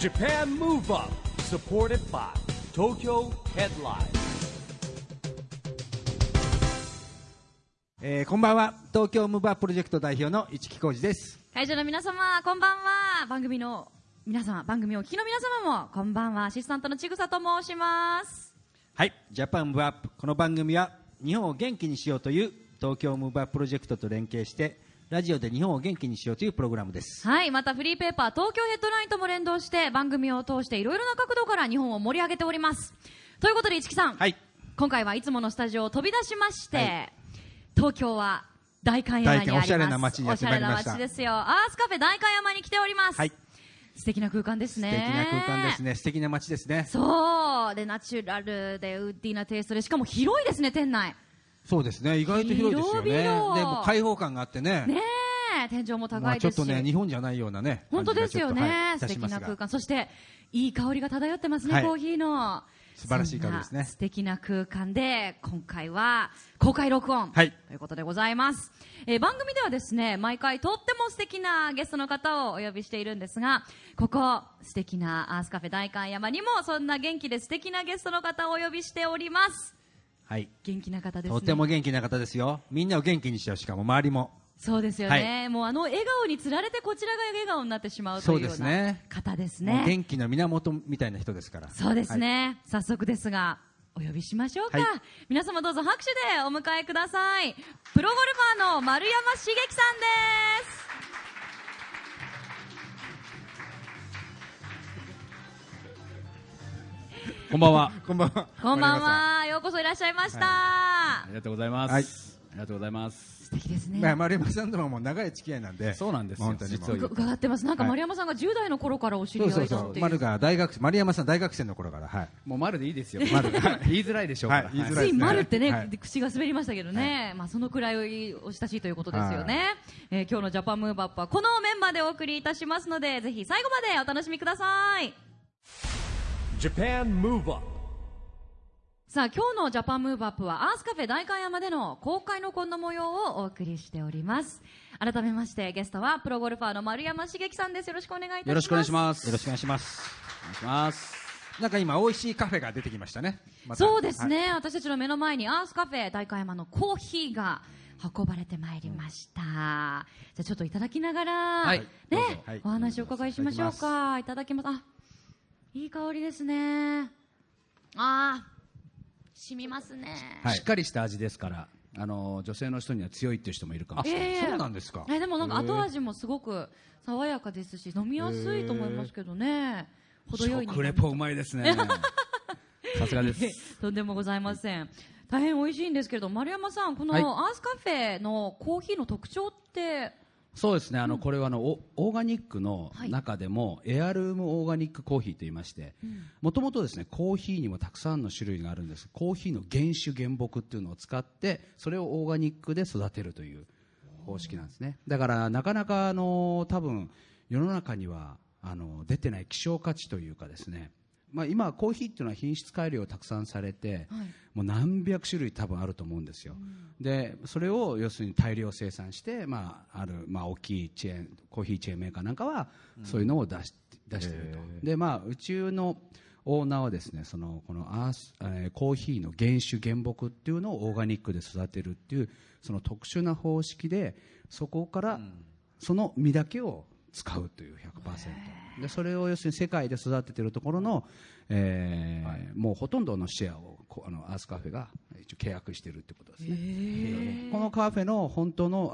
Japan Move Up supported by Tokyo Headline、 こんばんは。東京ムーブアッププロジェクト代表の市木浩司です。 会場の皆様こんばんは。番組の皆様、番組をお聞きの皆様もこんばんは。アシスタントのちぐさと申します。 はい、ジャパンムーブアップ。この番組は日本を元気にしようという東京ムーブアッププロジェクトと連携してラジオで日本を元気にしようというプログラムです。 はい、またフリーペーパー東京ヘッドラインとも連動して番組を通していろいろな角度から日本を盛り上げております。ということで市木さん、 はい、 今回はいつものスタジオを飛び出しまして、はい、東京は代官山にあります。 おしゃれな街にやってまいりました。 おしゃれな街ですよ。アースカフェ代官山に来ております。はい、素敵な空間ですね。 素敵な空間ですね。素敵な街ですね。 そうで、ナチュラルでウッディなテイストで、しかも広いですね、店内。 そうですね、意外と広いですよね。 広々 でも開放感があってね。 ねえ、天井も高いですし、 ちょっとね、日本じゃないようなね。 本当ですよね、 はい、 素敵な空間、そしていい香りが漂ってますね、はい、コーヒーの素晴らしい香りですね。 素敵な空間で今回は公開録音、はい、ということでございます。番組ではですね、毎回とっても素敵なゲストの方をお呼びしているんですが、ここ素敵なアースカフェ代官山にもそんな元気で素敵なゲストの方をお呼びしております。 はい、 元気な方ですね。 とても元気な方ですよ。みんなを元気にしちゃう、しかも周りも。 そうですよね、はい、もう笑顔につられてこちらが笑顔になってしまうというような方ですね。 元気の源みたいな人ですから。 そうですね、はい、早速ですがお呼びしましょうか、はい、皆様どうぞ拍手でお迎えください。プロゴルファーの丸山茂樹さんです。 こんばんは。 こんばんは。 こんばんは。ようこそいらっしゃいました。 はい、ありがとうございます。 はい、 ありがとうございます。 素敵ですね。 丸山さんとも長い付き合いなんで。 そうなんですよ。 本当に伺ってます。なんか丸山さんが10代の頃からお知り合いだっていう。 そう丸山さん大学生の頃から。はい。 もう丸でいいですよ。丸。言いづらいでしょうから。 はい、 つい丸ってね、はい、口が滑りましたけどね。はい、まあそのくらいお親しいということですよね。今日のジャパンムーブアップはこのメンバーでお送りいたしますので、ぜひ最後までお楽しみください。 Japan Move Up。 さあ今日のジャパンムーブアップはアースカフェ代官山での公開録音の模様をお送りしております。改めましてゲストはプロゴルファーの丸山茂樹さんです。よろしくお願いいたします。 よろしくお願いします。 よろしくお願いします。 お願いします。 なんか今美味しいカフェが出てきましたね。 そうですね、はい、私たちの目の前にアースカフェ代官山のコーヒーが運ばれてまいりました。じゃあちょっといただきながら、はい、ね、はい、お話をお伺いしましょうか。いただきます。あ、いい香りですね。染みますね、 はい、しっかりした味ですから、女性の人には強いっていう人もいるかもしれない。 そうなんですか。 でもなんか後味もすごく爽やかですし飲みやすいと思いますけどね。程よい食レポうまいですね。さすがです。 とんでもございません。大変美味しいんですけれども、丸山さん、このアースカフェのコーヒーの特徴って？ そうですね、これはオーガニックの中でも、エアルームオーガニックコーヒーといいまして、もともとですね、コーヒーにもたくさんの種類があるんです。コーヒーの原種原木っていうのを使ってそれをオーガニックで育てるという方式なんですね。だからなかなか多分世の中には出てない希少価値というかですね、今コーヒーっていうのは品質改良をたくさんされて、もう何百種類多分あると思うんですよ。でそれを要するに大量生産して、大きいチェーンコーヒーチェーンメーカーなんかはそういうのを出していると。でうちのオーナーはですね、このコーヒーの原種原木っていうのをオーガニックで育てるっていうその特殊な方式で、そこからその実だけを使うという 100% で、それを要するに世界で育てているところの、もうほとんどのシェアをアースカフェが一応契約しているということですね。このカフェの本当の、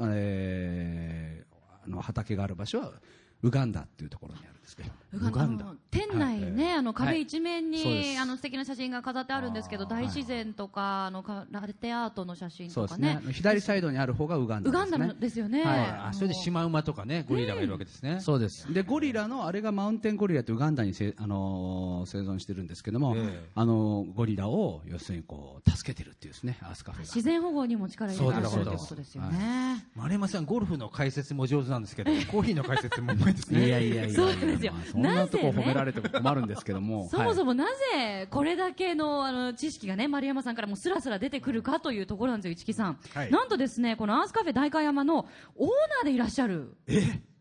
畑がある場所はウガンダっていうところにあるんですけど、 ウガンダ店内ね、壁一面に、素敵な写真が飾ってあるんですけど、大自然とかラテアートの写真とかね。 そうですね、左サイドにある方がウガンダですね。 ウガンダですよね。 それでシマウマとかね、ゴリラがいるわけですね。 そうです。でゴリラのあれがマウンテンゴリラってウガンダに生存してるんですけども、ゴリラを要するに助けてるっていうですね、アースカフェが自然保護にも力入れてらっしゃるということですよね。 丸山さんゴルフの解説も上手なんですけど、コーヒーの解説もうまいですね。 いやそうですよ。 そんなとこ褒められても困るんですけども、 そもそもなぜこれだけの知識がね、丸山さんからもスラスラ出てくるかというところなんですよ、市木さん。なんとですね、このアースカフェ代官山のオーナーでいらっしゃる。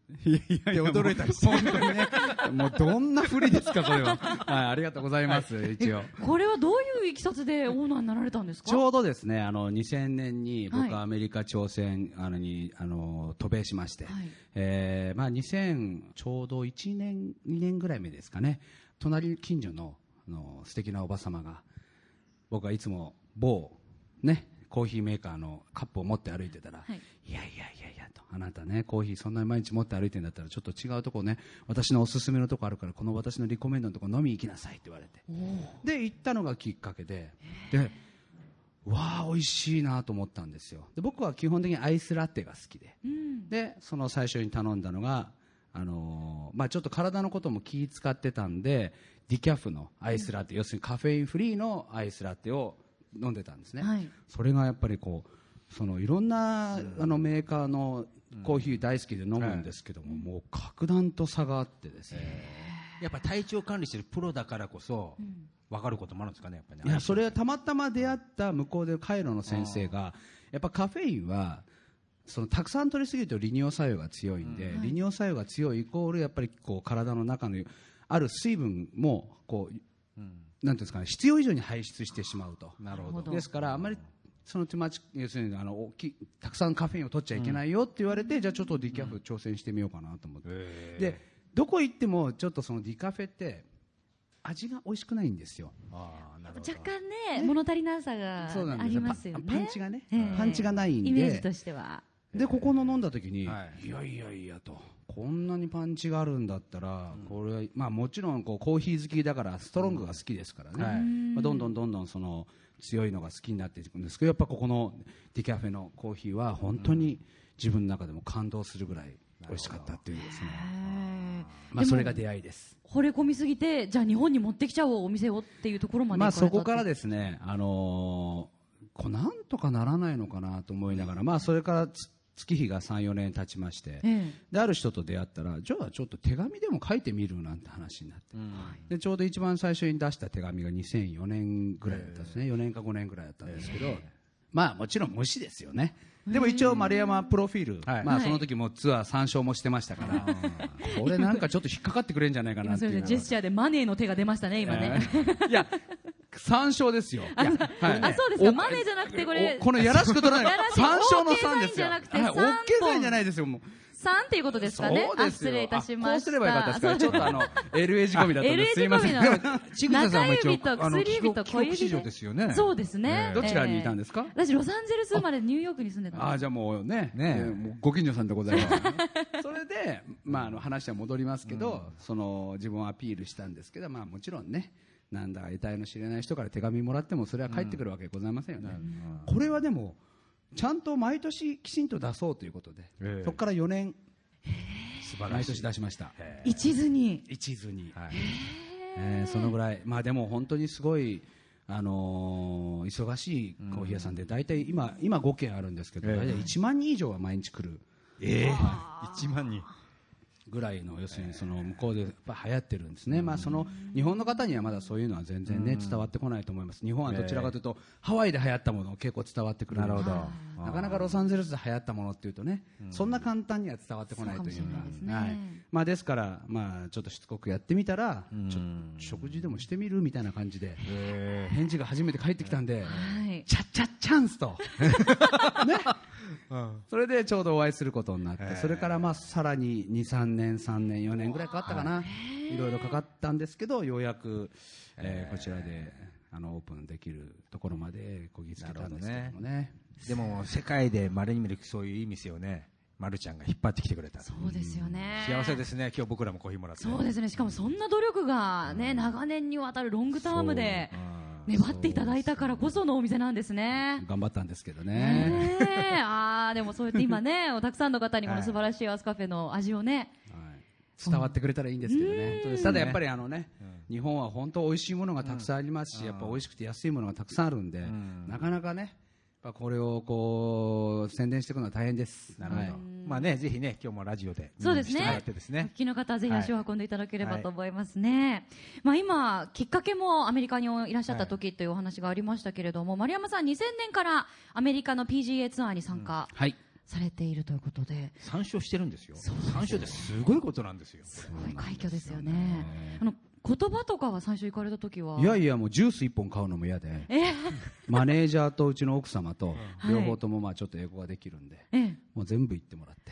で驚いたりして本当にね、もうどんなふりですかこれは。はい、ありがとうございます。一応これはどういういきさつでオーナーになられたんですか？ ちょうどですね、2000年に僕はアメリカ朝鮮に渡米しまして、2000ちょうど1年2年ぐらい目ですかね、隣近所の素敵なおば様が、僕はいつも某ねコーヒーメーカーのカップを持って歩いてたら、いやと、あなたねコーヒーそんなに毎日持って歩いてるんだったらちょっと違うとこね、私のおすすめのとこあるからこの私のリコメンドのとこ飲み行きなさいって言われて、で行ったのがきっかけで、わあ美味しいなと思ったんですよ。で僕は基本的にアイスラテが好きで、でその最初に頼んだのがちょっと体のことも気使ってたんでディキャフのアイスラテ、要するにカフェインフリーのアイスラテを飲んでたんですね、それがやっぱりいろんなメーカーのコーヒー大好きで飲むんですけども、もう格段と差があってですね、 やっぱり体調管理してるプロだからこそ分かることもあるんですかね、やっぱりね。 いや、それはたまたま出会った向こうでカイロの先生が、やっぱカフェインはたくさん取りすぎると利尿作用が強いんで、利尿作用が強いイコールやっぱり体の中のある水分もなんていうんですかね、必要以上に排出してしまうと。 なるほど。 ですからあんまり要するにたくさんカフェインを取っちゃいけないよって言われて、じゃあちょっとディキャフ挑戦してみようかなと思って、でどこ行ってもちょっとそのディカフェって味が美味しくないんですよ。 若干ね物足りなさがありますよね。 パンチがね、パンチがないんで、 イメージとしては。 でここの飲んだ時に、いやと、こんなにパンチがあるんだったら、これはもちろんコーヒー好きだからストロングが好きですからね、どんどんその強いのが好きになっていくんですけど、やっぱここのディカフェのコーヒーは本当に自分の中でも感動するぐらい美味しかったっていうですね、それが出会いです。 惚れ込みすぎて、じゃあ日本に持ってきちゃおうお店をっていうところまで行かれた。 そこからですね、なんとかならないのかなと思いながら、それから月日が 3,4 年経ちまして、である人と出会ったら、じゃあちょっと手紙でも書いてみるなんて話になって、でちょうど一番最初に出した手紙が2004年ぐらいだったんですね。4年か5年ぐらいだったんですけど、もちろん無視ですよね。でも一応丸山プロフィール、その時もツアー3勝もしてましたから、これなんかちょっと引っかかってくれるんじゃないかなっていう。 ジェスチャーでマネーの手が出ましたね今ね。 いや3勝ですよ。 そうですか。マネーじゃなくてこのやらしく取らない。3勝の3ですよ。 オッケーサインじゃないですよ。もう 3っていうことですかね。失礼いたしました。 こうすればよかったですか。ちょっとLA 仕込みだったんです。すいません。 中指と薬指と小指で。 ですよね。 そうですね。 どちらにいたんですか。 私ロサンゼルス生まれニューヨークに住んでたんです。 じゃあもうね、ご近所さんでございます。それで話は戻りますけど、自分をアピールしたんですけど、もちろんね、なんだ得体の知れない人から手紙もらってもそれは返ってくるわけございませんよね。これはでもちゃんと毎年きちんと出そうということで、そこから4年毎年出しました。 一途にそのぐらい。でも本当にすごい忙しいコーヒー屋さんで、大体今5軒あるんですけど、大体1万人以上は毎日来る。 1万人ぐらいの、要するに向こうでやっぱ流行ってるんですね。日本の方にはまだそういうのは全然ね伝わってこないと思います。日本はどちらかというとハワイで流行ったものを結構伝わってくる。なるほど。なかなかロサンゼルスで流行ったものっていうとね、そんな簡単には伝わってこないというか、ですからちょっとしつこくやってみたら、食事でもしてみるみたいな感じで返事が初めて返ってきたんで、チャンスとね。それでちょうどお会いすることになって、それからさらに2、3年、3年、4年ぐらいかかったかな、いろいろかかったんですけど、ようやくこちらでオープンできるところまでこぎつけたんですけどもね。 でも世界でまれに見るそういういい店をね、まるちゃんが引っ張ってきてくれた。 そうですよね。 幸せですね。今日僕らもコーヒーもらって。 そうですね。しかもそんな努力がね、長年にわたるロングタームで粘っていただいたからこそのお店なんですね。 頑張ったんですけどね。 でもそうやって今ね、たくさんの方にこの素晴らしいアスカフェの味をね、 伝わってくれたらいいんですけどね。ただやっぱり日本は本当美味しいものがたくさんありますし、やっぱ美味しくて安いものがたくさんあるんで、なかなかね、これを宣伝していくのは大変です。 なるほど。ぜひね、今日もラジオでそうですね。お聞きの方はぜひ足を運んでいただければと思いますね。今きっかけもアメリカにいらっしゃった時というお話がありましたけれども、丸山さん2000年からアメリカの PGA ツアーに参加されているということで、 参照してるんですよ。 そうですよ。 参照ってすごいことなんですよ。 すごい快挙ですよね。言葉とかは最初行かれた時は、 いやいや、もうジュース1本買うのも嫌で、マネージャーとうちの奥様と両方ともまあちょっと英語ができるんで、もう全部言ってもらって、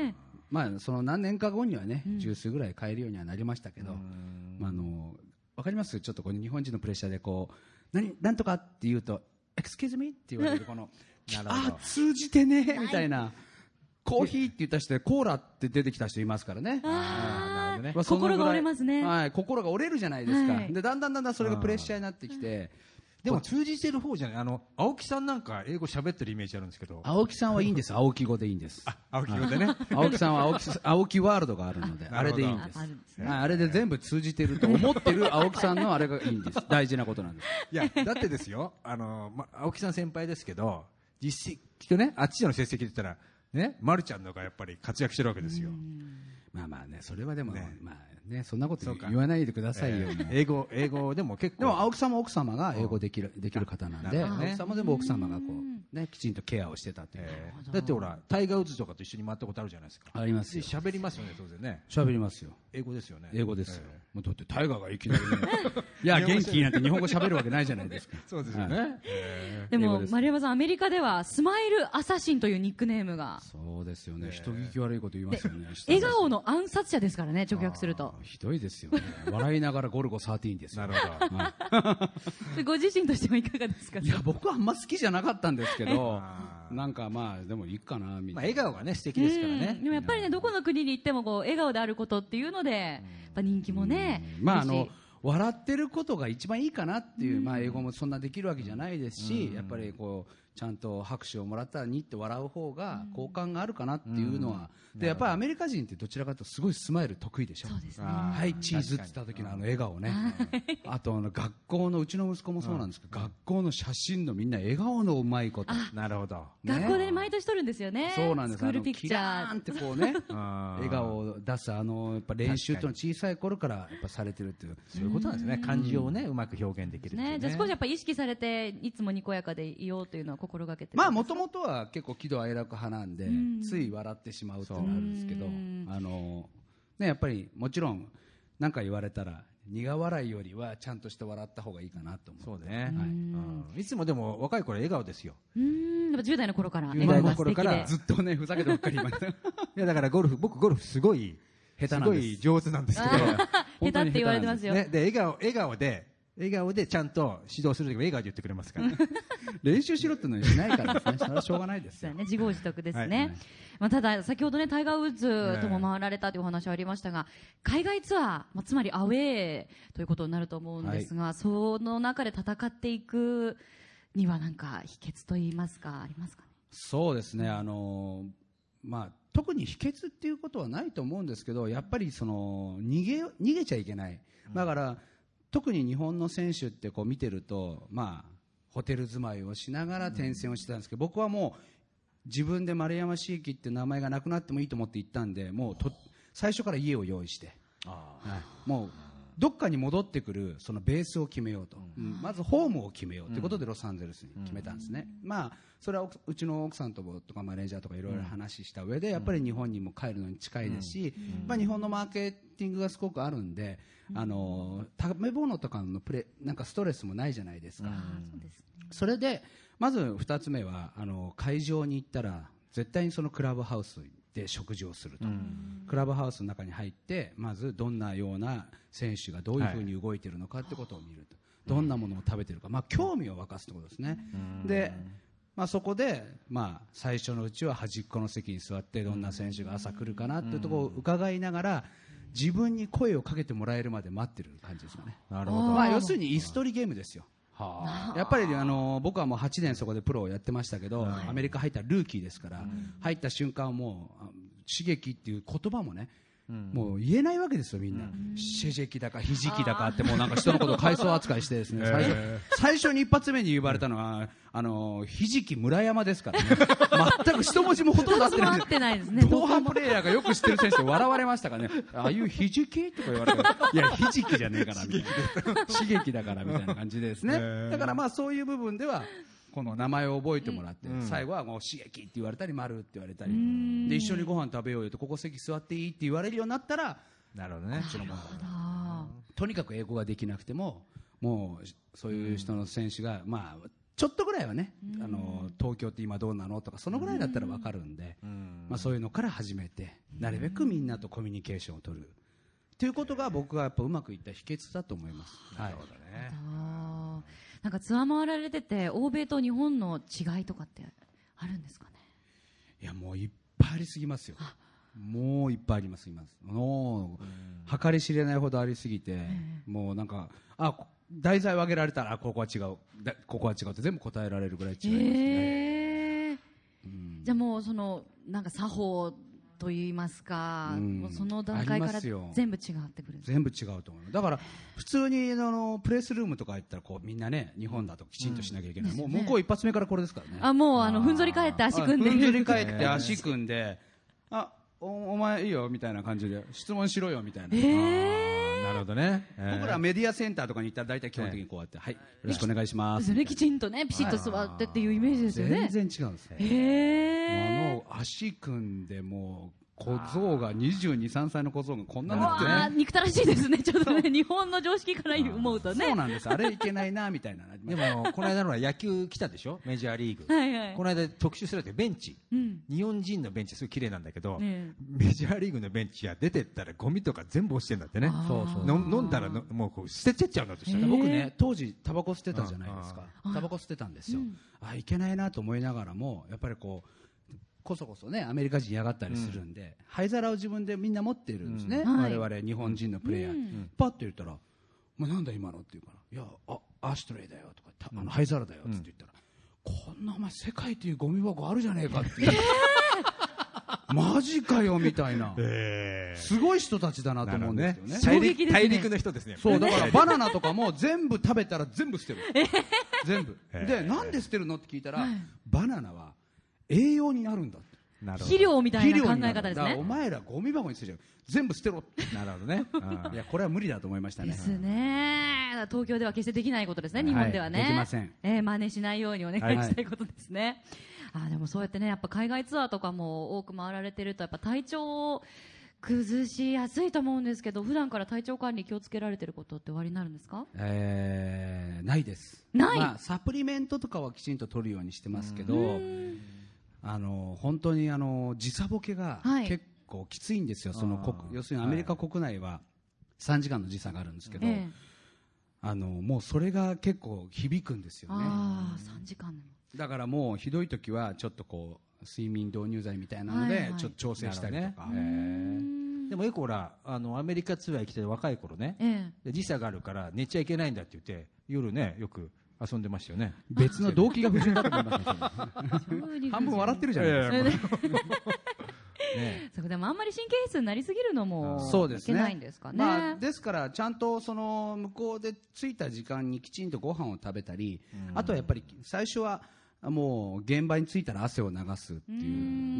まあその何年か後にはね、ジュースぐらい買えるようにはなりましたけど、わかります？ちょっとこの日本人のプレッシャーでこうなんとかって言うと Excuse me って言われるこのあ、通じてねみたいな。コーヒーって言った人でコーラって出てきた人いますからね。 心が折れますね。 はい、心が折れるじゃないですか。でだんだんそれがプレッシャーになってきて、 でも通じてる方じゃない。青木さんなんか英語喋ってるイメージあるんですけど。 青木さんはいいんです。青木語でいいんです。 青木語でね。 青木さんは青木ワールドがあるので、あれでいいんです。あれで全部通じてると思ってる青木さんのあれがいいんです。大事なことなんです。 いやだってですよ。青木さん先輩ですけど、実績とね、あっちでの成績で言ったら。ね、まるちゃんのがやっぱり活躍してるわけですよ。 まあまあね、それはでもね、まあね、そんなこと言わないでくださいよ。 英語でも結構。 でも青木さんも奥様が英語できる方なんで、青木さんも全部奥様がこうね、きちんとケアをしてたっていう。 だってほらタイガー・ウッズとかと一緒に回ったことあるじゃないですか。 ありますよ。 喋りますよね、当然ね。 喋りますよ。 英語ですよね。 英語ですよ。もうだってタイガーがいきなりね、いや元気になって日本語喋るわけないじゃないですか。 そうですよね。 でも丸山さん、アメリカではスマイルアサシンというニックネームが。 そうですよね。人聞き悪いこと言いますよね。 笑顔の暗殺者ですからね、直訳すると。 ひどいですよね。笑いながらゴルゴ13ですよ。 なるほど。ご自身としてはいかがですか？ いや、僕はあんま好きじゃなかったんですけど、なんかまあでもいいかなみたいな。 笑顔がね素敵ですからね。 でもやっぱりね、どこの国に行ってもこう笑顔であることっていうので、やっぱ人気もね。 まあ笑ってることが一番いいかなっていう、まあ英語もそんなできるわけじゃないですし、やっぱりこうちゃんと拍手をもらったらにって笑う方が好感があるかなっていうのは、でやっぱりアメリカ人ってどちらかというとすごいスマイル得意でしょ。 そうですね。 はいチーズって言った時の笑顔ね。あと学校のうちの息子もそうなんですけど、学校の写真のみんな笑顔のうまいこと。 なるほど。 学校で毎年撮るんですよね。 そうなんです。 スクールピクチャー。 キラーンってこうね、笑顔を出すやっぱ練習っていうのは小さい頃からやっぱされてるっていう、 そういうことなんですね。感情をねうまく表現できる。 ね、じゃあ少しやっぱ意識されていつもにこやかでいようというのは心がけて。 まあもともとは結構喜怒哀楽派なんで、つい笑ってしまうっていうのがあるんですけど、ねやっぱりもちろん何か言われたら苦笑いよりはちゃんとして笑った方がいいかなと思う。 そうね。いつもでも若い頃笑顔ですよ。 10代の頃から笑顔が素敵で。 ずっとねふざけてばっかり言いました。 いやだから僕ゴルフすごい下手なんです。 すごい上手なんですけど。 下手って言われてますよ。 ねで笑顔でちゃんと指導するときも笑顔で言ってくれますから。 練習しろってのにしないからですね。それはしょうがないですよ。 自業自得ですね。まあただ先ほどねタイガー・ウッズとも回られたというお話ありましたが、海外ツアー、つまりアウェーということになると思うんですが、その中で戦っていくにはなんか秘訣といいますかありますかね？ そうですね。まあ特に秘訣っていうことはないと思うんですけど、やっぱり逃げちゃいけない。だから特に日本の選手ってこう見てると、まあホテル住まいをしながら転戦をしてたんですけど、僕はもう自分で丸山茂樹って名前がなくなってもいいと思って行ったんで、もう最初から家を用意して、もうどっかに戻ってくるそのベースを決めようと、まずホームを決めようということでロサンゼルスに決めたんですね。まあそれはうちの奥さんとかマネージャーとかいろいろ話した上で、やっぱり日本にも帰るのに近いですし、まあ日本のマーケティングがすごくあるんで、食べ物とかのなんかストレスもないじゃないですか。それでまず2つ目は会場に行ったら絶対にそのクラブハウスで食事をすると、クラブハウスの中に入ってまずどんなような選手がどういうふうに動いているのかってことを見ると、どんなものを食べているか、まあ、興味を沸かすということですね。でまあ、そこで、まあ、最初のうちは端っこの席に座ってどんな選手が朝来るかなっていうところを伺いながら自分に声をかけてもらえるまで待ってる感じですよね。 なるほど。 まあ、要するに椅子取りゲームですよ。やっぱり僕はもう8年そこでプロをやってましたけど、アメリカ入ったらルーキーですから、入った瞬間もう刺激っていう言葉もね、もう言えないわけですよみんな。刺激だかひじきだかってもうなんか人のことを階層扱いしてですね、最初に一発目に言われたのはひじき村山ですからね。全く一文字もほとんど合ってないですね。同伴プレイヤーがよく知ってる選手で笑われましたからね。ああいうひじきとか言われて、いやひじきじゃねえからみたいな、刺激だからみたいな感じでですね。だからまあそういう部分ではこの名前を覚えてもらって、最後はもう刺激って言われたり丸って言われたりで、一緒にご飯食べようよと、ここ席座っていいって言われるようになったら、 なるほどね。 とにかく英語ができなくても、もうそういう人の選手が、まあちょっとぐらいはね、東京って今どうなのとかそのぐらいだったら分かるんで、まあ、そういうのから始めて、なるべくみんなとコミュニケーションを取るということが、僕はやっぱうまくいった秘訣だと思います。 なるほどね。 なんかツアー回られてて、欧米と日本の違いとかってあるんですかね。 いや、もういっぱいありすぎますよ。もういっぱいあります。もう計り知れないほどありすぎて、もうなんか題材を挙げられたら、ここは違う、ここは違うって全部答えられるぐらい違いますね。 じゃあもうなんか作法といいますか、もうその段階から全部違ってくる。 全部違うと思う。だから普通にプレスルームとか行ったら、こうみんなね、日本だときちんとしなきゃいけない。もう向こう一発目からこれですからね。 もうふんぞり返って足組んで。 ふんぞり返って足組んで、お前いいよみたいな感じで質問しろよみたいな。 なるほどね。 僕らメディアセンターとかに行ったら大体基本的にこうやって、はい、よろしくお願いします。 それきちんとね、ピシッと座ってっていうイメージですよね。 全然違うんです。足組んで、もう小僧が22、3歳の小僧がこんなになってね。 憎たらしいですね、ちょっとね、日本の常識から思うとね。 そうなんです。あれいけないなみたいな。 でもこの間のは野球来たでしょ、メジャーリーグ。この間特集するってベンチ、日本人のベンチすごい綺麗なんだけど、メジャーリーグのベンチは出てったらゴミとか全部落ちてんだってね。飲んだらもう捨ててっちゃうんだとしたら。 僕ね、当時タバコ吸ってたじゃないですか。タバコ吸ってたんですよ。いけないなと思いながらも、やっぱりこそこそね、アメリカ人嫌がったりするんで、灰皿を自分でみんな持っているんですね、我々日本人のプレイヤー。パッと言ったら、なんだ今のって言うから、いや、アシュトレイだよとか、灰皿だよって言ったら、こんなお前世界っていうゴミ箱あるじゃねえかって。マジかよみたいな、すごい人たちだなと思うんですよね。 大陸の人ですね。 そうだからバナナとかも全部食べたら全部捨てる。全部で、なんで捨てるのって聞いたら、バナナは栄養になるんだって。 肥料みたいな考え方ですね。 お前らゴミ箱に捨てちゃう、全部捨てろって。 なるほどね。 いや、これは無理だと思いましたね。 ですね。東京では決してできないことですね、日本ではね。 できません。 真似しないようにお願いしたいことですね。でもそうやってね、やっぱ海外ツアーとかも多く回られてると、やっぱ体調を崩しやすいと思うんですけど、普段から体調管理気をつけられてることっておありになるんですか？ ないです。サプリメントとかはきちんと取るようにしてますけど、本当に時差ボケが結構きついんですよ。要するにアメリカ国内は3時間の時差があるんですけど、もうそれが結構響くんですよね。 3時間でも。 だからもうひどい時はちょっと睡眠導入剤みたいなのでちょっと調整したりとか。 でもよくほらアメリカツアーに来て若い頃ね、時差があるから寝ちゃいけないんだって言って夜ねよく遊んでましたよね。 別の動機が不純だと思います半分笑ってるじゃないですか。 でもあんまり神経質になりすぎるのもいけないんですかね。 ですからちゃんと向こうで着いた時間にきちんとご飯を食べたり、あとはやっぱり最初はもう現場に着いたら汗を流すっていう、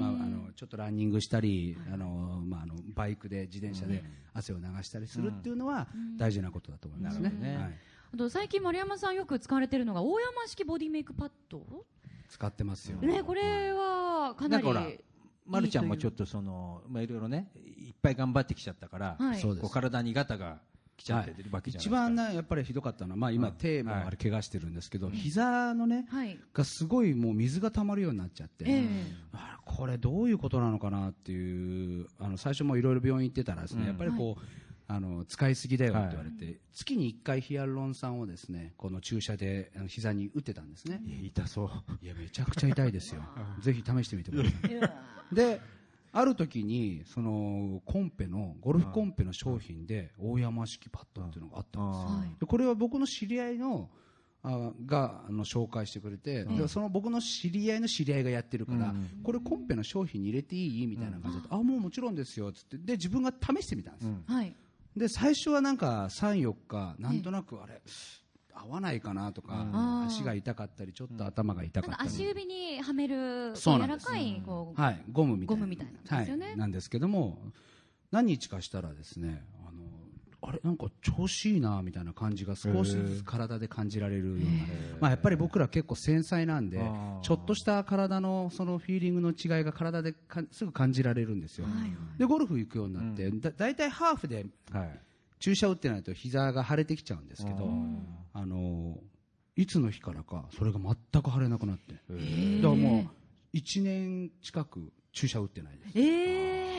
ちょっとランニングしたり、バイクで自転車で汗を流したりするっていうのは大事なことだと思いますね。 最近丸山さんよく使われているのが大山式ボディメイクパッド使ってますよね。これはかなりまるちゃんもちょっといろいろねいっぱい頑張ってきちゃったから、体にガタが来ちゃってるわけじゃないですか。一番やっぱりひどかったのは、今手も怪我してるんですけど、膝のねがすごいもう水が溜まるようになっちゃって、これどういうことなのかなっていう、最初もいろいろ病院行ってたらですね、やっぱり使いすぎだよって言われて、月に1回ヒアルロン酸をですね、この注射で膝に打ってたんですね。 痛そう。 いや、めちゃくちゃ痛いですよ。ぜひ試してみてください。で、ある時にゴルフコンペの商品で大山式パッドっていうのがあったんです。これは僕の知り合いが紹介してくれて、その僕の知り合いの知り合いがやってるから、これコンペの商品に入れていいみたいな感じで、もちろんですよっつって、で自分が試してみたんですよ。で最初はなんか3、4日なんとなく合わないかなとか、足が痛かったりちょっと頭が痛かったり、 足指にはめる柔らかいゴムみたいななんですよね。 なんですけども、何日かしたらですね、 あれなんか調子いいなみたいな感じが少しずつ体で感じられるような、まあ、やっぱり僕ら結構繊細なんでちょっとした体のそのフィーリングの違いが体ですぐ感じられるんですよ、でゴルフ行くようになって、だいたいハーフで注射打ってないと膝が腫れてきちゃうんですけど、いつの日からかそれが全く腫れなくなって、だからもう1年近く注射打ってないです。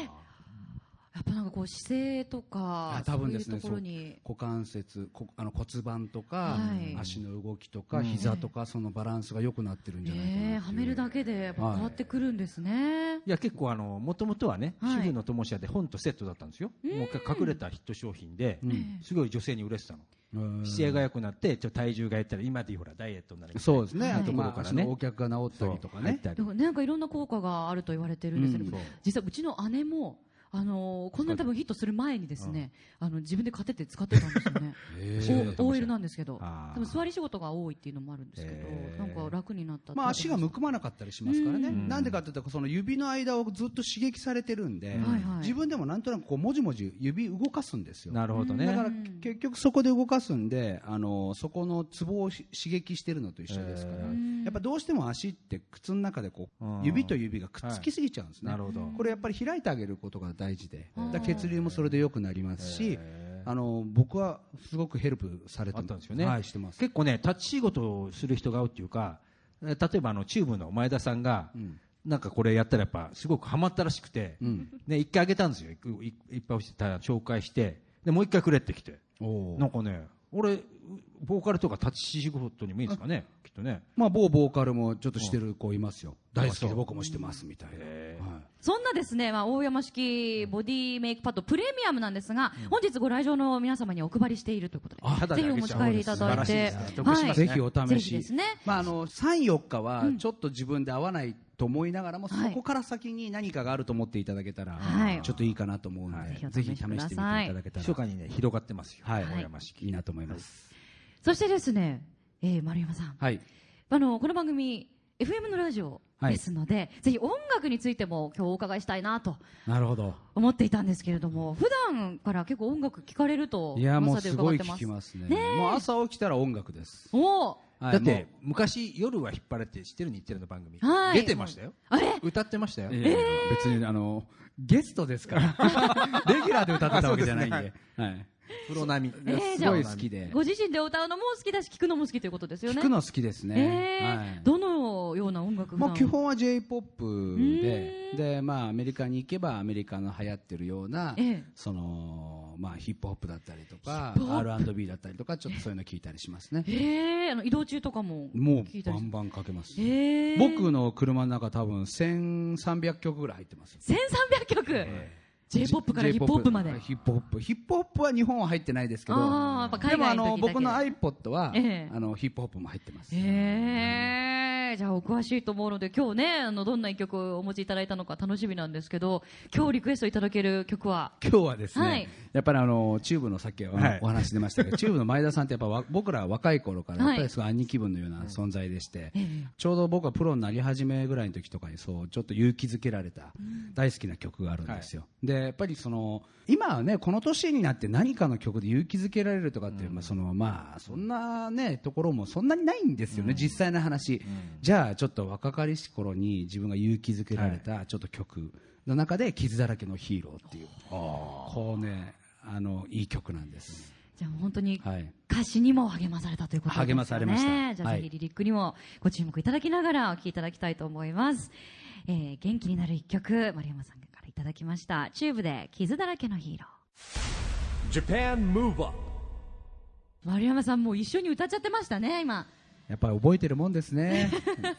やっぱなんかこう姿勢とか多分ですね、 そういうところに股関節、骨盤とか、足の動きとか膝とかそのバランスが良くなってるんじゃないかな。 はめるだけで変わってくるんですね。 いや結構もともとはね、主婦の友社で本とセットだったんですよ。もう隠れたヒット商品で、すごい女性に売れてたの。姿勢が良くなってちょっと体重が減ったら今でほらダイエットになるみたいな。 そうですね。あと足の横脚が治ったりとかね。 なんかいろんな効果があると言われてるんですけど、実はうちの姉もこんなに多分ヒットする前にですね、自分で買ってて使ってたんですよね。OL なんですけど、多分座り仕事が多いっていうのもあるんですけど、なんか楽になったって。 まあ足がむくまなかったりしますからね。なんでかというとその指の間をずっと刺激されてるんで、自分でもなんとなくこうもじもじ指動かすんですよ。 なるほどね。 だから結局そこで動かすんで、そこのツボを刺激してるのと一緒ですから、やっぱどうしても足って靴の中でこう指と指がくっつきすぎちゃうんですね。これやっぱり開いてあげることが大事で、血流もそれで良くなりますし、僕はすごくヘルプされたんですよね。してます。 結構ね立ち仕事をする人が多いっていうか、例えばチューブの前田さんが、なんかこれやったらやっぱすごくハマったらしくて、一回あげたんですよ。いっぱい紹介してでもう一回くれってきて、なんかね俺ボーカルとか立ち仕事にもいいんですかね、きっとね。 まあ某ボーカルもちょっとしてる子いますよ。大好きで僕もしてますみたいな。 そんなですね、大山式ボディメイクパッドプレミアムなんですが、本日ご来場の皆様にお配りしているということで、ぜひお持ち帰りいただいて、 ぜひお試し。まあ3、4日はちょっと自分で合わないと思いながらも、そこから先に何かがあると思っていただけたらちょっといいかなと思うので、ぜひ試してみていただけたら。 密かにね広がってますよ。大山式いいなと思います。 そしてですね、丸山さん、この番組 FM のラジオですので、ぜひ音楽についても今日お伺いしたいなと思っていたんですけれども、普段から結構音楽聴かれると噂で伺ってます。いやもうすごい聴きますね。もう朝起きたら音楽です。 だって昔夜は引っ張れって知ってる日テレの番組出てましたよ。歌ってましたよ。 別にゲストですからレギュラーで歌ってたわけじゃないんで。 プロ並み。 すごい好きで。 ご自身で歌うのも好きだし、聴くのも好きということですよね。 聴くの好きですね。 どのような音楽？ 基本は J-POP で、まあアメリカに行けばアメリカの流行ってるような、そのまあヒップホップだったりとか、R&B だったりとか、ちょっとそういうの聞いたりしますね。 移動中とかももうバンバンかけます。僕の車の中多分1300曲ぐらい入ってます。 1300曲。J-POP からヒップホップまで。 ヒップホップは日本は入ってないですけど、でも僕の iPod はヒップホップも入ってます。 じゃあお詳しいと思うので、今日ねどんな一曲をお持ちいただいたのか楽しみなんですけど、今日リクエストいただける曲は？ 今日はですね、やっぱりチューブのさっきお話出ましたけど、チューブの前田さんってやっぱ僕ら若い頃からやっぱりすごい兄貴分のような存在でして、ちょうど僕はプロになり始めぐらいの時とかにそうちょっと勇気づけられた大好きな曲があるんですよ。でやっぱり今はねこの年になって何かの曲で勇気づけられるとかっていう、そんなねところもそんなにないんですよね、実際の話。じゃあちょっと若かりし頃に自分が勇気づけられたちょっと曲の中で傷だらけのヒーローっていうこうねいい曲なんです。 じゃあ本当に歌詞にも励まされたということですね。 励まされました。 じゃあぜひリリックにもご注目いただきながらお聴きいただきたいと思います。元気になる一曲、丸山さんからいただきました。チューブで傷だらけのヒーロー。 Japan Move Up。 丸山さんもう一緒に歌っちゃってましたね今。 やっぱり覚えてるもんですね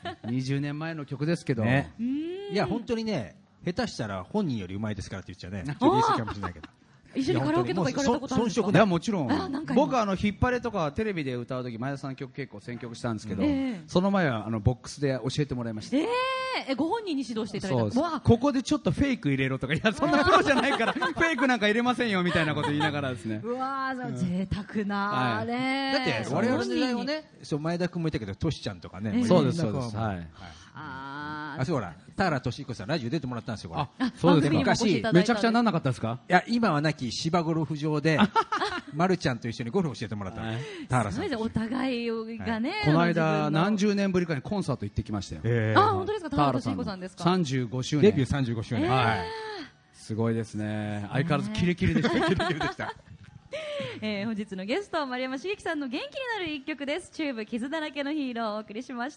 20年前の曲ですけど、いや本当にね下手したら本人よりうまいですからって言っちゃね、ちょっと言い過ぎかもしれないけど一緒にカラオケとか行かれたことあるんですか？ いやもちろん。僕引っ張れとかテレビで歌う時前田さんの曲結構選曲したんですけど、その前はボックスで教えてもらいました。 ご本人に指導していただいた。 ここでちょっとフェイク入れろとか、いやそんなプロじゃないからフェイクなんか入れませんよみたいなこと言いながらですね。 うわー贅沢なね。 だって我々の時代はね、前田君もいたけどトシちゃんとかね。 そうですそうです。 そうほら田原俊彦さんラジオ出てもらったんですよ。 そうですか。昔めちゃくちゃなんなかったですか？ いや今はなき芝ゴルフ場でまるちゃんと一緒にゴルフ教えてもらった田原さん。 お互いがね。 この間何十年ぶりかにコンサート行ってきましたよ。 本当ですか。田原俊彦さんですか。 35周年。 デビュー35周年。 すごいですね。相変わらずキレキレでした。キレキレでした。 本日のゲスト丸山茂樹さんの元気になる一曲です。チューブ傷だらけのヒーローをお送りしました。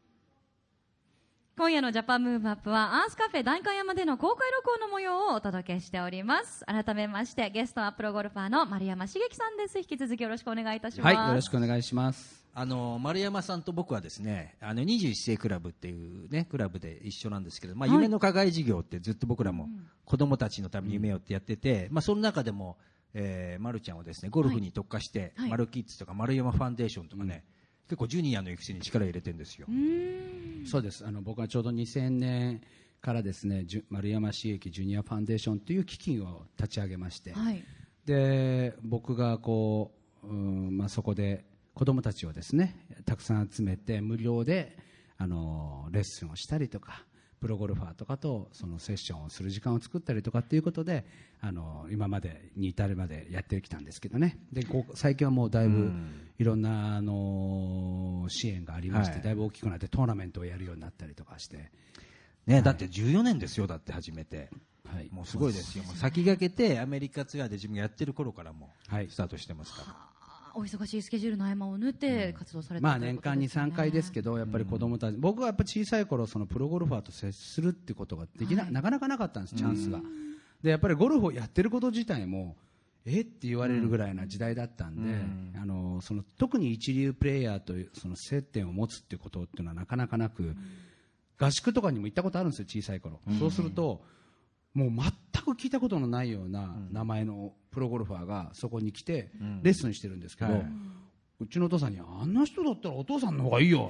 今夜のジャパンムーブアップはアースカフェ代官山での公開録音の模様をお届けしております。改めましてゲストはプロゴルファーの丸山茂樹さんです。引き続きよろしくお願いいたします。 はい、よろしくお願いします。 丸山さんと僕はですね、21世クラブっていうねクラブで一緒なんですけど、夢の課外事業ってずっと僕らも子供たちのために夢をってやってて、その中でも、まるちゃんはですねゴルフに特化して、マルキッズとか丸山ファンデーションとかね、結構ジュニアの育成に力を入れてるんですよ。 そうです。僕はちょうど2000年からですね、丸山茂樹ジュニアファンデーションという基金を立ち上げまして、で僕がこう、そこで子どもたちをですねたくさん集めて無料でレッスンをしたりとか、プロゴルファーとかとそのセッションをする時間を作ったりとかっていうことで今までに至るまでやってきたんですけどね。で最近はもうだいぶいろんな支援がありまして、だいぶ大きくなってトーナメントをやるようになったりとかして、 ね、だって14年ですよ。だって始めて、もうすごいですよ。もう先駆けてアメリカツアーで自分がやってる頃からもスタートしてますから。 お忙しいスケジュールの合間を縫って活動されている、 年間に3回ですけど、やっぱり子供たち、僕はやっぱ小さい頃そのプロゴルファーと接するってことがなかなかなかったんです、チャンスが。でやっぱりゴルフをやってること自体もって言われるぐらいな時代だったんで、その特に一流プレーヤーとその接点を持つってことっていうのはなかなかなく、合宿とかにも行ったことあるんですよ、小さい頃。そうするともう全く聞いたことのないような名前のプロゴルファーがそこに来てレッスンしてるんですけど、うちのお父さんにあんな人だったらお父さんの方がいいよ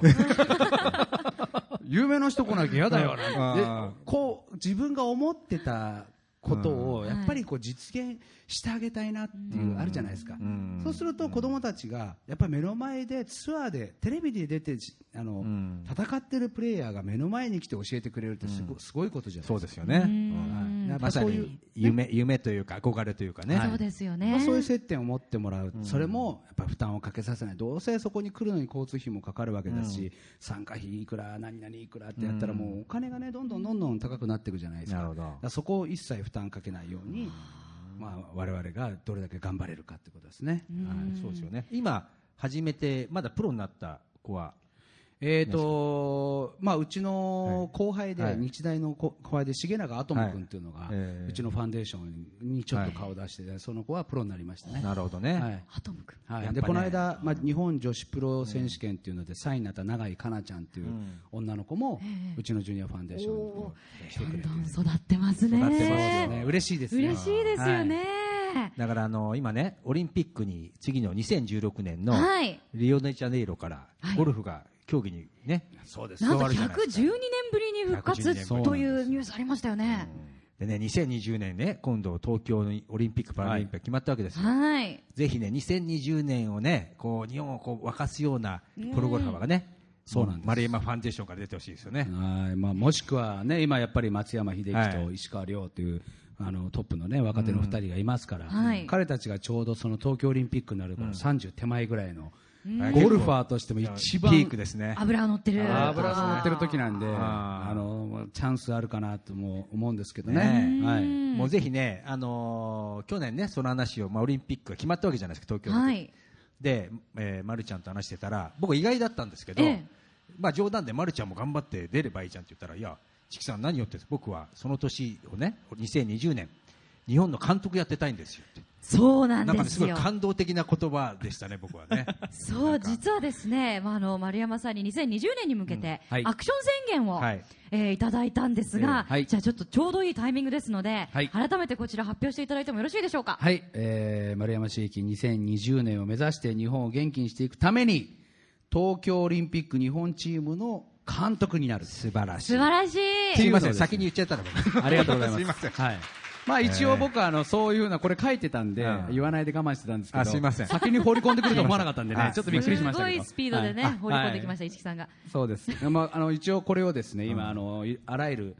有名な人来なきゃ嫌だよなんて、こう自分が思ってたことをやっぱりこう実現してあげたいなっていうあるじゃないですか。そうすると子供たちがやっぱり目の前でツアーでテレビで出て戦ってるプレイヤーが目の前に来て教えてくれるってすごいことじゃないですか。 そうですよね。まさに夢というか憧れというかね。 そうですよね。 そういう接点を持ってもらう。それもやっぱ負担をかけさせない。どうせそこに来るのに交通費もかかるわけだし、参加費いくら何々いくらってやったらもうお金がねどんどん高くなっていくじゃないですか。だからそこを一切負担かけないように、我々がどれだけ頑張れるかってことですね。 そうですよね。今初めてまだプロになった子はうちの後輩で、日大の後輩で重永アトム君っていうのが、うちのファンデーションにちょっと顔を出して、その子はプロになりましたね。 なるほどね。 アトム君。 でこの間、日本女子プロ選手権っていうので3位になった永井香奈ちゃんっていう女の子も、うちのジュニアファンデーションに来てくれて、 どんどん育ってますね。 育ってますよね。嬉しいですね。 嬉しいですよね。 だから今ねオリンピックに次の2016年のリオデジャネイロからゴルフが競技にね、 そうです。なんと112年ぶりに復活というニュースありましたよね。 でね、2020年ね、今度東京のオリンピック・パラリンピック決まったわけですよ。ぜひね、2020年をね、こう日本をこう沸かすようなプロゴルファーがね、そうなんです。丸山ファンデーションから出てほしいですよね。 もしくはね、今やっぱり松山英樹と石川遼というトップのね若手の2人がいますから、彼たちがちょうどその東京オリンピックになる頃30手前ぐらいのゴルファーとしても一番ピークですね。 油が乗ってる時なんで、チャンスあるかなとも思うんですけどね。 もうぜひね、去年ねその話を、オリンピックが決まったわけじゃないですか、東京で。で、まるちゃんと話してたら、僕意外だったんですけど、冗談でまるちゃんも頑張って出ればいいじゃんって言ったら、いやチキさん何言ってるんですか、僕はその年をね2020年日本の監督やってたいんですよって。 そうなんですよ。 すごい感動的な言葉でしたね、僕はね。 そう、実はですね、丸山さんに2020年に向けてアクション宣言を、いただいたんですが、じゃあちょっとちょうどいいタイミングですので、改めてこちら発表していただいてもよろしいでしょうか。 はい、丸山茂樹2020年を目指して日本を元気にしていくために東京オリンピック日本チームの監督になる。 素晴らしい。 素晴らしい。 すいません、先に言っちゃったらありがとうございます。 すいません。 はい。一応僕はそういうふうなこれ書いてたんで言わないで我慢してたんですけど、 すいません、 先に放り込んでくると思わなかったんでね、ちょっとびっくりしましたけど、 すごいスピードでね放り込んできました、市木さんが。 そうです。一応これをですね今あらゆる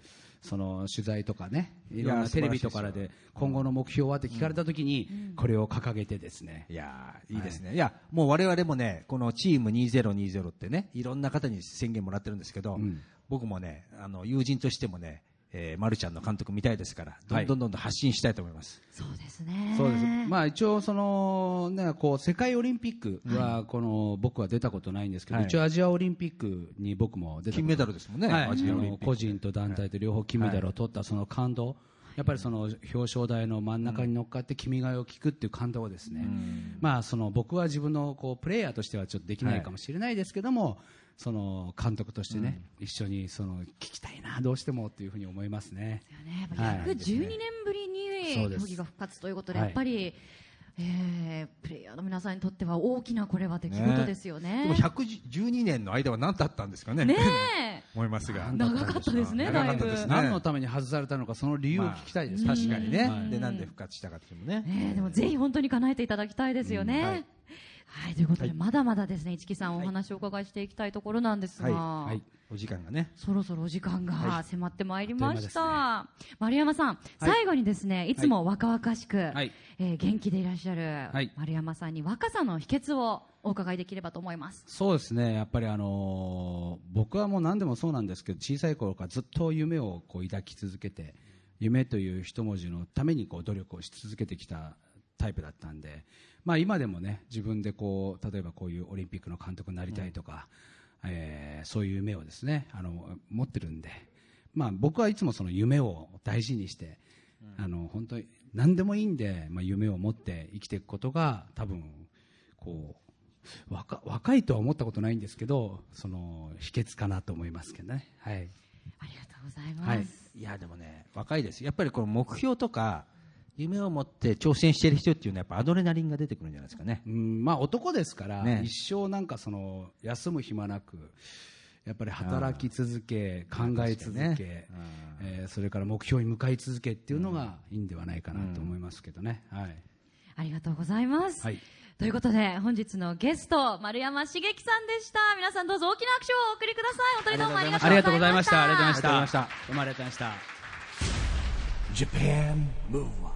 その取材とかね、いろんなテレビとかで今後の目標はって聞かれたときに、これを掲げてですね。 いやいいですね。いや、もう我々もね、このチーム2020ってね、いろんな方に宣言もらってるんですけど、僕もね、友人としてもね、まるちゃんの監督見たいですから、どんどん発信したいと思います。 そうですね。 そうです。まあ一応そのね、こう世界オリンピックはこの僕は出たことないんですけど、一応アジアオリンピックに僕も出たこと。 金メダルですもんね。アジアオリンピック。 個人と団体と両方金メダルを取ったその感動。やっぱりその表彰台の真ん中に乗っかって君が代を聞くっていう感動をですね。まあその僕は自分のこうプレイヤーとしてはちょっとできないかもしれないですけども。その監督としてね、一緒にその聞きたいな、どうしてもというふうに思いますね。 約12年ぶりに競技が復活ということで、やっぱり、プレイヤーの皆さんにとっては大きなこれは出来事ですよね。 でも112年の間は何だったんですかね。 ね思いますが。 長かったですね。 長かったですね。 何のために外されたのか、その理由を聞きたいです。 確かにね。で、なんで復活したかっていうのもね。 でもぜひ本当に叶えていただきたいですよね。はい、ということで、まだまだですね、市木さんお話をお伺いしていきたいところなんですが、 お時間がね、 そろそろお時間が迫ってまいりました。丸山さん、最後にですね、いつも若々しく、元気でいらっしゃる丸山さんに若さの秘訣をお伺いできればと思います。 そうですね、やっぱり僕はもう何でもそうなんですけど、小さい頃からずっと夢をこう抱き続けて、夢という一文字のためにこう努力をし続けてきたタイプだったんで、まあ、今でもね、自分でこう例えばこういうオリンピックの監督になりたいとか、そういう夢をですね持ってるんで、まあ、僕はいつもその夢を大事にして、本当に何でもいいんで、まあ、夢を持って生きていくことが多分こう若いとは思ったことないんですけど、その秘訣かなと思いますけどね。はい、 ありがとうございます。 いやでもね、若いです。やっぱりこの目標とか夢を持って挑戦している人っていうのはやっぱアドレナリンが出てくるんじゃないですかね。 まあ男ですから、一生なんかその休む暇なくやっぱり働き続け、考え続け、それから目標に向かい続けっていうのがいいんではないかなと思いますけどね。 ありがとうございます。ということで本日のゲスト丸山茂樹さんでした。皆さんどうぞ大きな拍手をお送りください。本当にどうもありがとうございました。 ありがとうございました。どうもありがとうございました。 Japan Move On。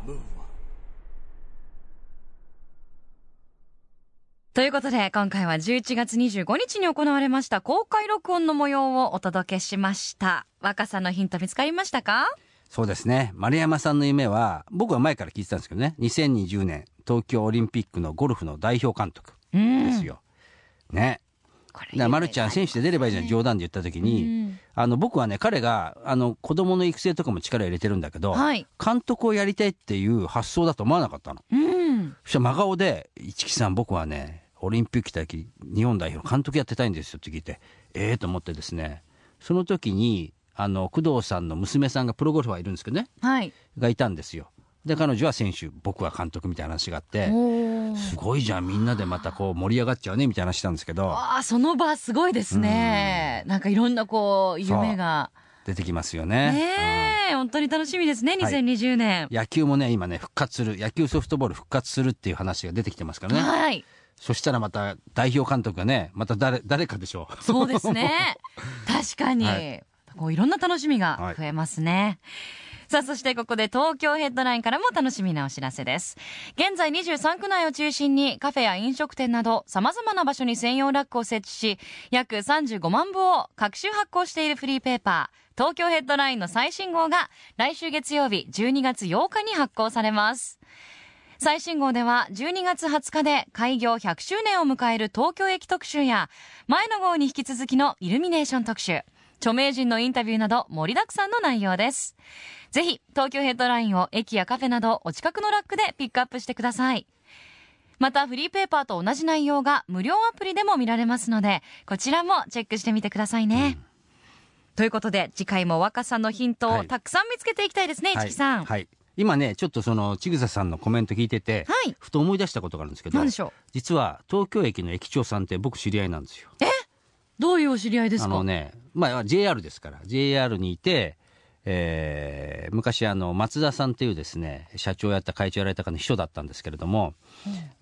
ということで今回は11月25日に行われました公開録音の模様をお届けしました。若さのヒント見つかりましたか？ そうですね、丸山さんの夢は僕は前から聞いてたんですけどね、2020年東京オリンピックのゴルフの代表監督ですよ、ね。だからマルちゃん選手で出ればいいじゃん、冗談で言った時に、僕はね、彼が子供の育成とかも力入れてるんだけど、監督をやりたいっていう発想だと思わなかったの。そしたら真顔で、市木さん僕はねオリンピック来た時日本代表監督やってたいんですよって聞いて、と思ってですね、その時に工藤さんの娘さんがプロゴルファーいるんですけどね、がいたんですよ。で彼女は選手、僕は監督みたいな話があって、すごいじゃん、みんなでまたこう盛り上がっちゃうねみたいな話したんですけど、 その場すごいですね。なんかいろんなこう夢が出てきますよね。 本当に楽しみですね、2020年。 野球もね今ね復活する、野球ソフトボール復活するっていう話が出てきてますからね。そしたらまた代表監督がねまた誰かでしょう。 そうですね確かに、こういろんな楽しみが増えますね。さあそしてここで東京ヘッドラインからも楽しみなお知らせです。現在23区内を中心にカフェや飲食店など様々な場所に専用ラックを設置し、約35万部を各種発行しているフリーペーパー東京ヘッドラインの最新号が来週月曜日12月8日に発行されます。最新号では12月20日で開業100周年を迎える東京駅特集や、前の号に引き続きのイルミネーション特集、著名人のインタビューなど盛りだくさんの内容です。ぜひ東京ヘッドラインを駅やカフェなどお近くのラックでピックアップしてください。またフリーペーパーと同じ内容が無料アプリでも見られますので、こちらもチェックしてみてくださいね。ということで次回も若さのヒントをたくさん見つけていきたいですね、市木さん。 今ねちょっとその千草さんのコメント聞いてて、ふと思い出したことがあるんですけど、 何でしょう。 実は東京駅の駅長さんって僕知り合いなんですよ。 どういうお知り合いですか？ JR ですから、 JR にいて、昔松田さんというですね社長やった会長やられた方の秘書だったんですけれど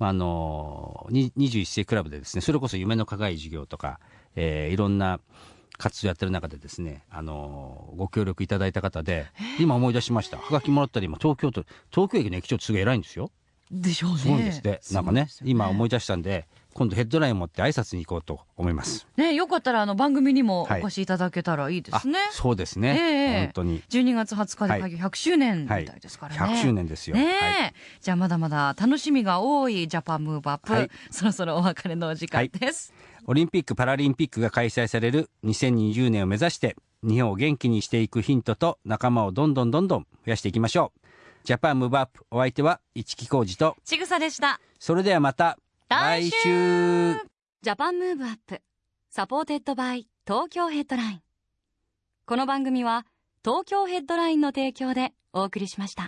も、21世紀クラブでですね、それこそ夢の課外事業とか、いろんな活動やってる中でですね、ご協力いただいた方で、今思い出しました。はがきもらったり、今東京駅の駅長ってすごい偉いんですよ。 でしょうね。 そうですって。なんかね、今思い出したんで、今度ヘッドラインを持って挨拶に行こうと思います。 ね、よかったら番組にもお越しいただけたらいいですね。 そうですね。本当に。 12月20日で開業100周年みたいですからね。 100周年ですよ。 じゃあまだまだ楽しみが多いジャパンムーブアップ、そろそろお別れのお時間です。 オリンピック・パラリンピックが開催される2020年を目指して、日本を元気にしていくヒントと仲間をどんどん増やしていきましょう。ジャパンムーブアップ、お相手は市木浩二とちぐさでした。 それではまた来週。 ジャパンムーブアップ、サポーテッドバイ東京ヘッドライン。この番組は東京ヘッドラインの提供でお送りしました。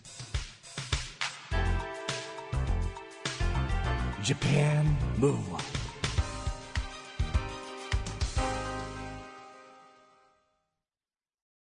Japan Move Up